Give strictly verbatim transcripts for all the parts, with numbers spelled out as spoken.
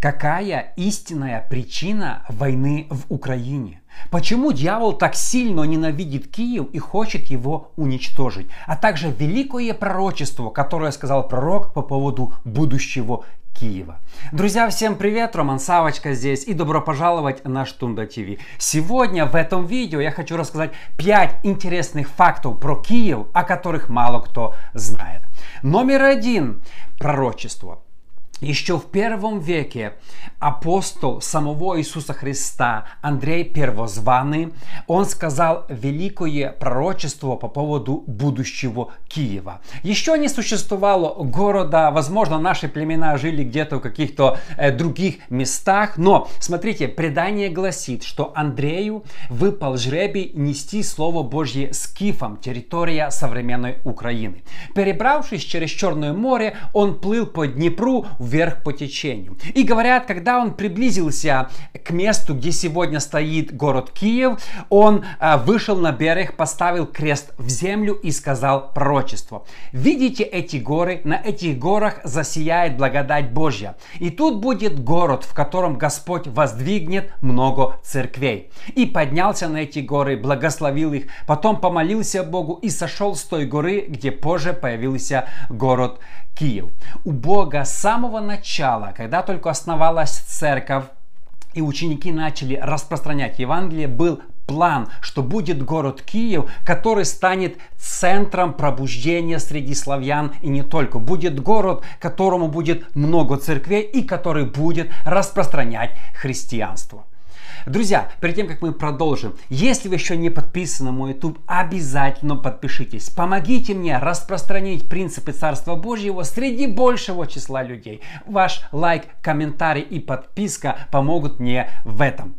Какая истинная причина войны в Украине? Почему дьявол так сильно ненавидит Киев и хочет его уничтожить? А также великое пророчество, которое сказал пророк по поводу будущего Киева. Друзья, всем привет! Роман Савочка здесь и добро пожаловать на Штунда ТВ. Сегодня в этом видео я хочу рассказать пять интересных фактов про Киев, о которых мало кто знает. Номер один. Пророчество. Еще в первом веке апостол самого Иисуса Христа Андрей Первозванный, он сказал великое пророчество по поводу будущего Киева. Еще не существовало города, возможно, наши племена жили где-то в каких-то э, других местах, но, смотрите, предание гласит, что Андрею выпал жребий нести Слово Божье скифам, территория современной Украины. Перебравшись через Черное море, он плыл по Днепру вверх по течению. И говорят, когда он приблизился к месту, где сегодня стоит город Киев, он э, вышел на берег, поставил крест в землю и сказал пророчество. Видите эти горы? На этих горах засияет благодать Божья. И тут будет город, в котором Господь воздвигнет много церквей. И поднялся на эти горы, благословил их, потом помолился Богу и сошел с той горы, где позже появился город Киев. У Бога с самого начала, когда только основалась церковь и ученики начали распространять Евангелие, был план, что будет город Киев, который станет центром пробуждения среди славян и не только. Будет город, которому будет много церквей и который будет распространять христианство. Друзья, перед тем, как мы продолжим, если вы еще не подписаны на мой YouTube, обязательно подпишитесь. Помогите мне распространить принципы Царства Божьего среди большего числа людей. Ваш лайк, комментарий и подписка помогут мне в этом.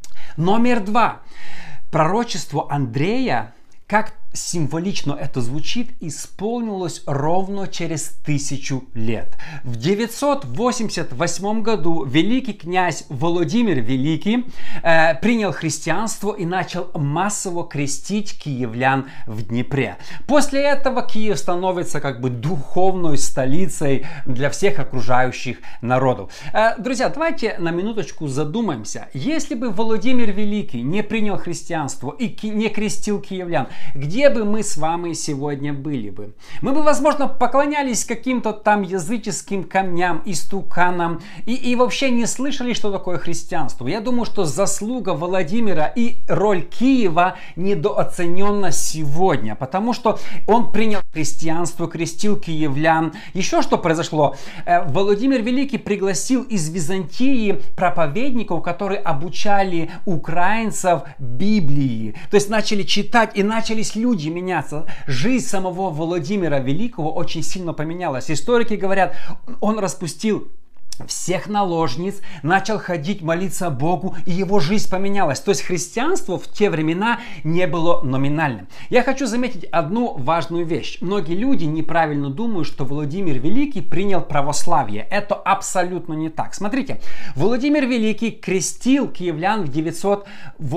Номер два. Пророчество Андрея, как символично это звучит, исполнилось ровно через тысячу лет. В девятьсот восемьдесят восьмом году великий князь Владимир Великий э, принял христианство и начал массово крестить киевлян в Днепре. После этого Киев становится как бы духовной столицей для всех окружающих народов. Э, друзья, давайте на минуточку задумаемся. Если бы Владимир Великий не принял христианство и не крестил киевлян, где бы мы с вами сегодня были бы? Мы бы, возможно, поклонялись каким-то там языческим камням, истуканам и, и вообще не слышали, что такое христианство. Я думаю, что заслуга Владимира и роль Киева недооценена сегодня, потому что он принял христианство, крестил киевлян. Еще что произошло? Владимир Великий пригласил из Византии проповедников, которые обучали украинцев Библии. То есть начали читать и начались люди меняться. Жизнь самого Владимира Великого очень сильно поменялась. Историки говорят, он распустил всех наложниц, начал ходить, молиться Богу, и его жизнь поменялась. То есть христианство в те времена не было номинальным. Я хочу заметить одну важную вещь. Многие люди неправильно думают, что Владимир Великий принял православие. Это абсолютно не так. Смотрите, Владимир Великий крестил киевлян в девятьсот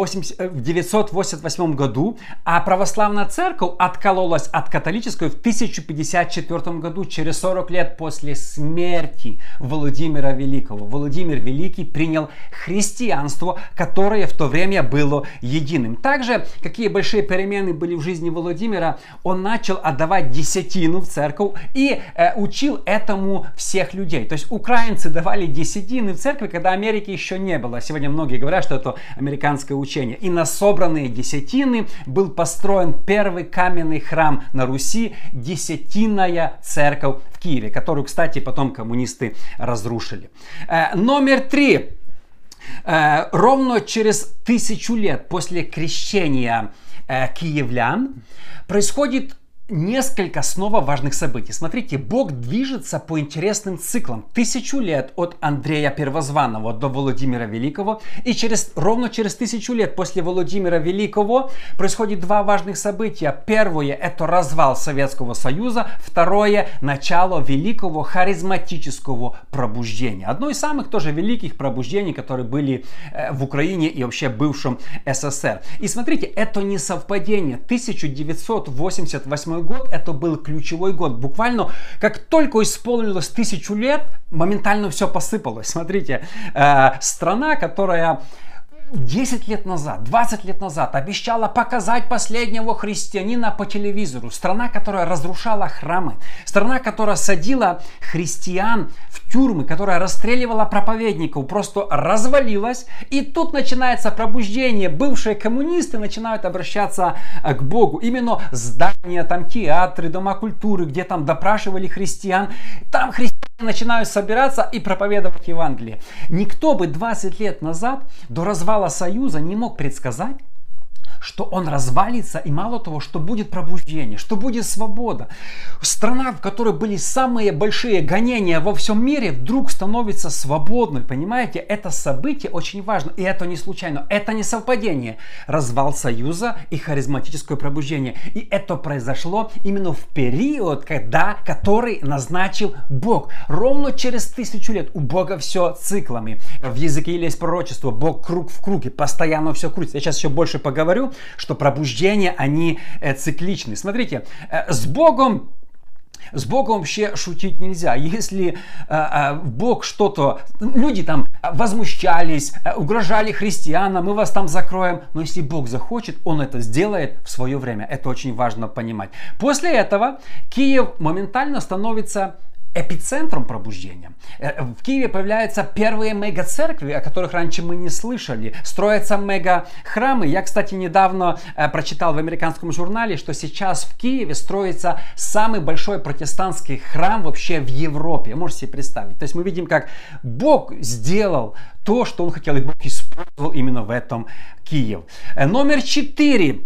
восемьдесят восьмом году, а православная церковь откололась от католической в тысяча пятьдесят четвёртом году, через сорок лет после смерти Владимира Владимира Великого. Владимир Великий принял христианство, которое в то время было единым. Также, какие большие перемены были в жизни Владимира, он начал отдавать десятину в церковь и э, учил этому всех людей. То есть украинцы давали десятины в церкви, когда Америки еще не было. Сегодня многие говорят, что это американское учение. И на собранные десятины был построен первый каменный храм на Руси, десятинная церковь в Киеве, которую, кстати, потом коммунисты разрушили. Э, номер три. Э, ровно через тысячу лет после крещения э, киевлян происходит несколько снова важных событий. Смотрите, Бог движется по интересным циклам. Тысячу лет от Андрея Первозванного до Владимира Великого. И через, ровно через тысячу лет после Владимира Великого происходит два важных события. Первое — это развал Советского Союза. Второе — начало великого харизматического пробуждения. Одно из самых тоже великих пробуждений, которые были э, в Украине и вообще бывшем СССР. И смотрите, это не совпадение. тысяча девятьсот восемьдесят восьмой восьмой год это был ключевой год. Буквально как только исполнилось тысячу лет, моментально все посыпалось. Смотрите, э, страна, которая десять лет назад, двадцать лет назад обещала показать последнего христианина по телевизору. Страна, которая разрушала храмы. Страна, которая садила христиан в тюрьмы, которая расстреливала проповедников, просто развалилась. И тут начинается пробуждение. Бывшие коммунисты начинают обращаться к Богу. Именно здания, там театры, дома культуры, где там допрашивали христиан. Там христиане начинают собираться и проповедовать Евангелие. Никто бы двадцать лет назад до развала Союза не мог предсказать, что он развалится, и мало того, что будет пробуждение, что будет свобода. Страна, в которой были самые большие гонения во всем мире, вдруг становится свободной. Понимаете, это событие очень важно, и это не случайно, это не совпадение. Развал Союза и харизматическое пробуждение. И это произошло именно в период, когда, который назначил Бог. Ровно через тысячу лет у Бога все циклами. В Езекииле есть пророчество: Бог круг в круге, постоянно все крутится. Я сейчас еще больше поговорю, что пробуждения, они э, цикличны. Смотрите, э, с Богом С Богом вообще шутить нельзя. Если э, э, Бог что-то... Люди там возмущались, э, угрожали христианам, мы вас там закроем. Но если Бог захочет, Он это сделает в свое время. Это очень важно понимать. После этого Киев моментально становится эпицентром пробуждения. В Киеве появляются первые мега-церкви, о которых раньше мы не слышали. Строятся мега-храмы. Я, кстати, недавно прочитал в американском журнале, что сейчас в Киеве строится самый большой протестантский храм вообще в Европе. Можете себе представить. То есть мы видим, как Бог сделал то, что Он хотел, и Бог использовал именно в этом Киев. Номер четыре.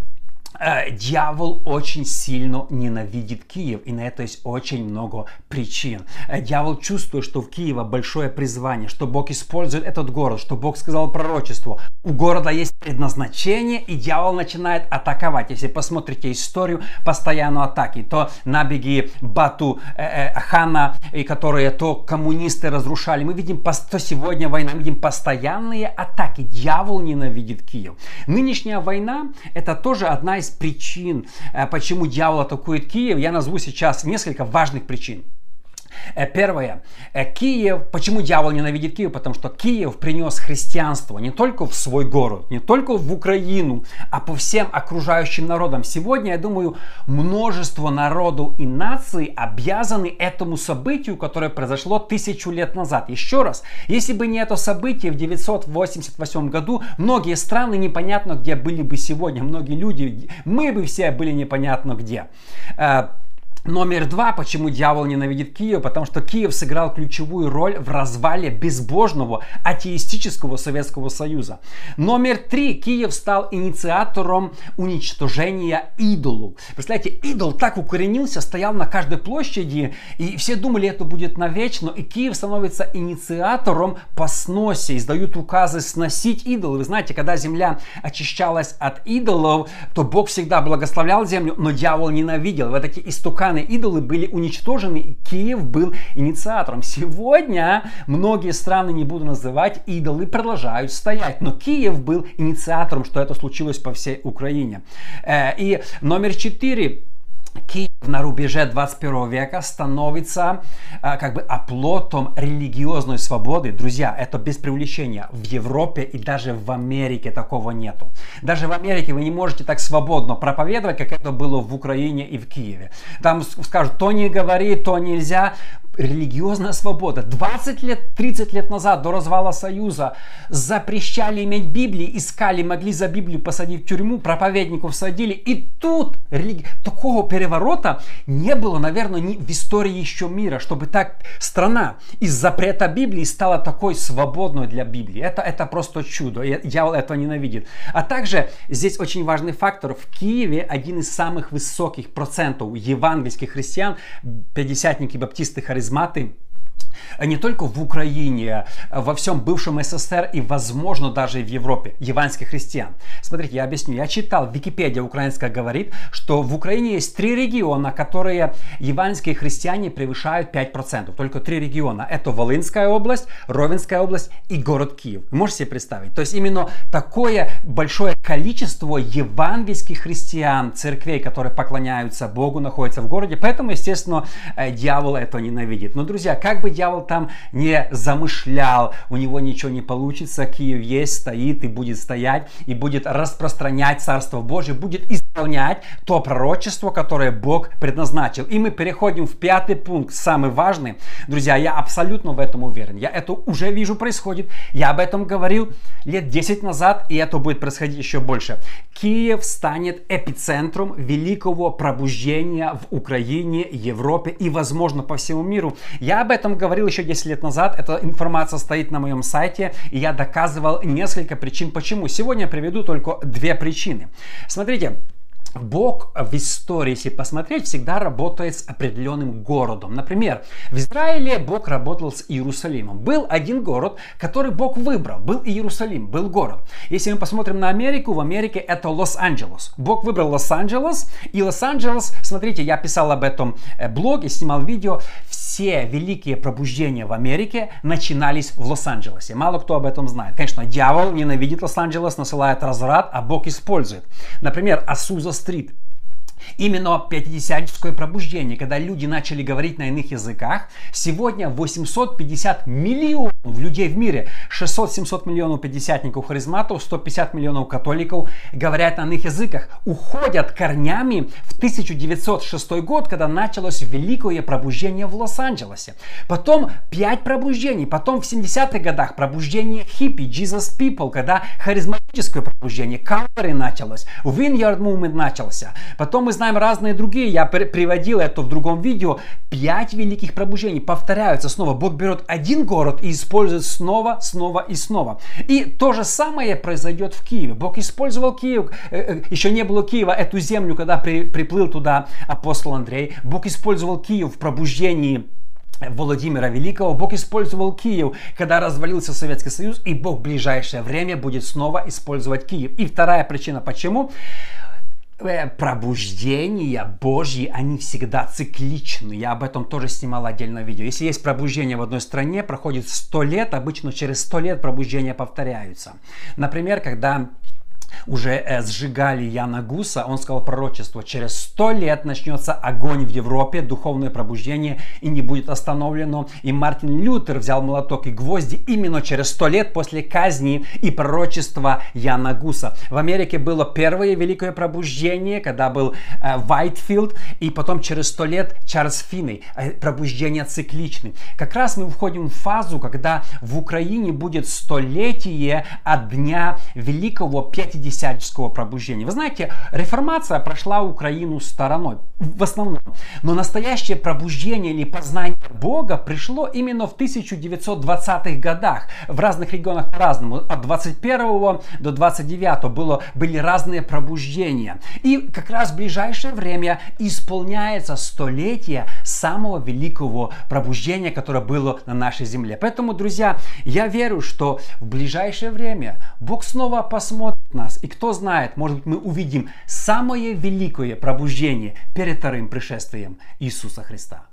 Дьявол очень сильно ненавидит Киев, и на это есть очень много причин. Дьявол чувствует, что в Киеве большое призвание, что Бог использует этот город, что Бог сказал пророчество. У города есть предназначение, и дьявол начинает атаковать. Если посмотрите историю, постоянно атаки. То набеги Бату э, э, хана, и которые то коммунисты разрушали. Мы видим, то сегодня война, мы видим постоянные атаки. Дьявол ненавидит Киев. Нынешняя война — это тоже одна из причин, почему дьявол атакует Киев. Я назову сейчас несколько важных причин. Первое. Киев. Почему дьявол ненавидит Киев? Потому что Киев принес христианство не только в свой город, не только в Украину, а по всем окружающим народам. Сегодня, я думаю, множество народов и наций обязаны этому событию, которое произошло тысячу лет назад. Еще раз, если бы не это событие в девятьсот восемьдесят восьмом году, многие страны непонятно где были бы сегодня. Многие люди, мы бы все были непонятно где. Номер два, почему дьявол ненавидит Киев, потому что Киев сыграл ключевую роль в развале безбожного атеистического Советского Союза. Номер три, Киев стал инициатором уничтожения идолов. Представляете, идол так укоренился, стоял на каждой площади, и все думали, это будет навечно, и Киев становится инициатором по сносе, издают указы сносить идолы. Вы знаете, когда земля очищалась от идолов, то Бог всегда благословлял землю, но дьявол ненавидел. Вот эти истуканы, идолы были уничтожены, и Киев был инициатором. Сегодня многие страны, не буду называть, идолы продолжают стоять, но Киев был инициатором, что это случилось по всей Украине. И номер четыре. Киев на рубеже двадцать первого века становится э, как бы оплотом религиозной свободы. Друзья, это без привлечения. В Европе и даже в Америке такого нету. Даже в Америке вы не можете так свободно проповедовать, как это было в Украине и в Киеве. Там скажут, то не говори, то нельзя. Религиозная свобода. двадцать лет, тридцать лет назад, до развала Союза, запрещали иметь Библии, искали, могли за Библию посадить в тюрьму, проповедников садили. И тут религи... такого переворота не было, наверное, ни в истории еще мира, чтобы так страна из запрета Библии стала такой свободной для Библии. Это, это просто чудо. Дьявол этого ненавидит. А также здесь очень важный фактор. В Киеве один из самых высоких процентов евангельских христиан, пятидесятники, баптисты, харизматы. не только в Украине, во всем бывшем СССР и, возможно, даже и в Европе, евангельских христиан. Смотрите, я объясню. Я читал, Википедия украинская говорит, что в Украине есть три региона, которые евангельские христиане превышают пять процентов. Только три региона. Это Волынская область, Ровенская область и город Киев. Вы можете себе представить? То есть именно такое большое количество евангельских христиан, церквей, которые поклоняются Богу, находятся в городе. Поэтому, естественно, дьявол это ненавидит. Но, друзья, как бы дьявол там не замышлял, у него ничего не получится. Киев есть, стоит и будет стоять, и будет распространять Царство Божие, будет исполнять то пророчество, которое Бог предназначил. И мы переходим в пятый пункт, самый важный. Друзья, я абсолютно в этом уверен. Я это уже вижу происходит. Я об этом говорил лет десять назад, и это будет происходить еще больше. Киев станет эпицентром великого пробуждения в Украине, Европе и, возможно, по всему миру. Я об этом говорил еще десять лет назад. Эта информация стоит на моем сайте, и я доказывал несколько причин, почему. Сегодня я приведу только две причины. Смотрите. Бог в истории, если посмотреть, всегда работает с определенным городом. Например, в Израиле Бог работал с Иерусалимом. Был один город, который Бог выбрал. Был Иерусалим, был город. Если мы посмотрим на Америку, в Америке это Лос-Анджелес. Бог выбрал Лос-Анджелес. И Лос-Анджелес, смотрите, я писал об этом блоге, снимал видео. Все великие пробуждения в Америке начинались в Лос-Анджелесе. Мало кто об этом знает. Конечно, дьявол ненавидит Лос-Анджелес, насылает разврат, а Бог использует. Например, Азуза-стрит. Именно пятидесятническое пробуждение, когда люди начали говорить на иных языках, сегодня восемьсот пятьдесят миллионов людей в мире, шестьсот-семьсот миллионов пятидесятников харизматов, сто пятьдесят миллионов католиков говорят на иных языках, уходят корнями в тысяча девятьсот шестой год, когда началось великое пробуждение в Лос-Анджелесе. Потом пять пробуждений, потом в семидесятых годах пробуждение хиппи, Jesus People, когда харизматическое пробуждение, Calvary началось, Vineyard Movement начался. Потом мы знаем разные другие, я приводил это в другом видео. Пять великих пробуждений повторяются снова. Бог берет один город и использует снова, снова и снова. И то же самое произойдет в Киеве. Бог использовал Киев, еще не было Киева, эту землю, когда при, приплыл туда апостол Андрей. Бог использовал Киев в пробуждении Владимира Великого. Бог использовал Киев, когда развалился Советский Союз, и Бог в ближайшее время будет снова использовать Киев. И вторая причина, почему? Пробуждения Божьи, они всегда цикличны. Я об этом тоже снимал отдельное видео. Если есть пробуждение в одной стране, проходит сто лет, обычно через сто лет пробуждения повторяются. Например, когда уже э, сжигали Яна Гуса, он сказал пророчество: через сто лет начнется огонь в Европе, духовное пробуждение, и не будет остановлено. И Мартин Лютер взял молоток и гвозди именно через сто лет после казни и пророчества Яна Гуса. В Америке было первое великое пробуждение, когда был э, Вайтфилд, и потом через сто лет Чарльз Финней. Э, пробуждение цикличны. Как раз мы входим в фазу, когда в Украине будет столетие от дня великого пятидесятнического пробуждения. Вы знаете, реформация прошла Украину стороной, в основном. Но настоящее пробуждение или познание Бога пришло именно в тысяча девятьсот двадцатых годах. В разных регионах по-разному. От двадцать первого до двадцать девятого было, были разные пробуждения. И как раз в ближайшее время исполняется столетие самого великого пробуждения, которое было на нашей земле. Поэтому, друзья, я верю, что в ближайшее время Бог снова посмотрит нас. И кто знает, может быть, мы увидим самое великое пробуждение перед вторым пришествием Иисуса Христа.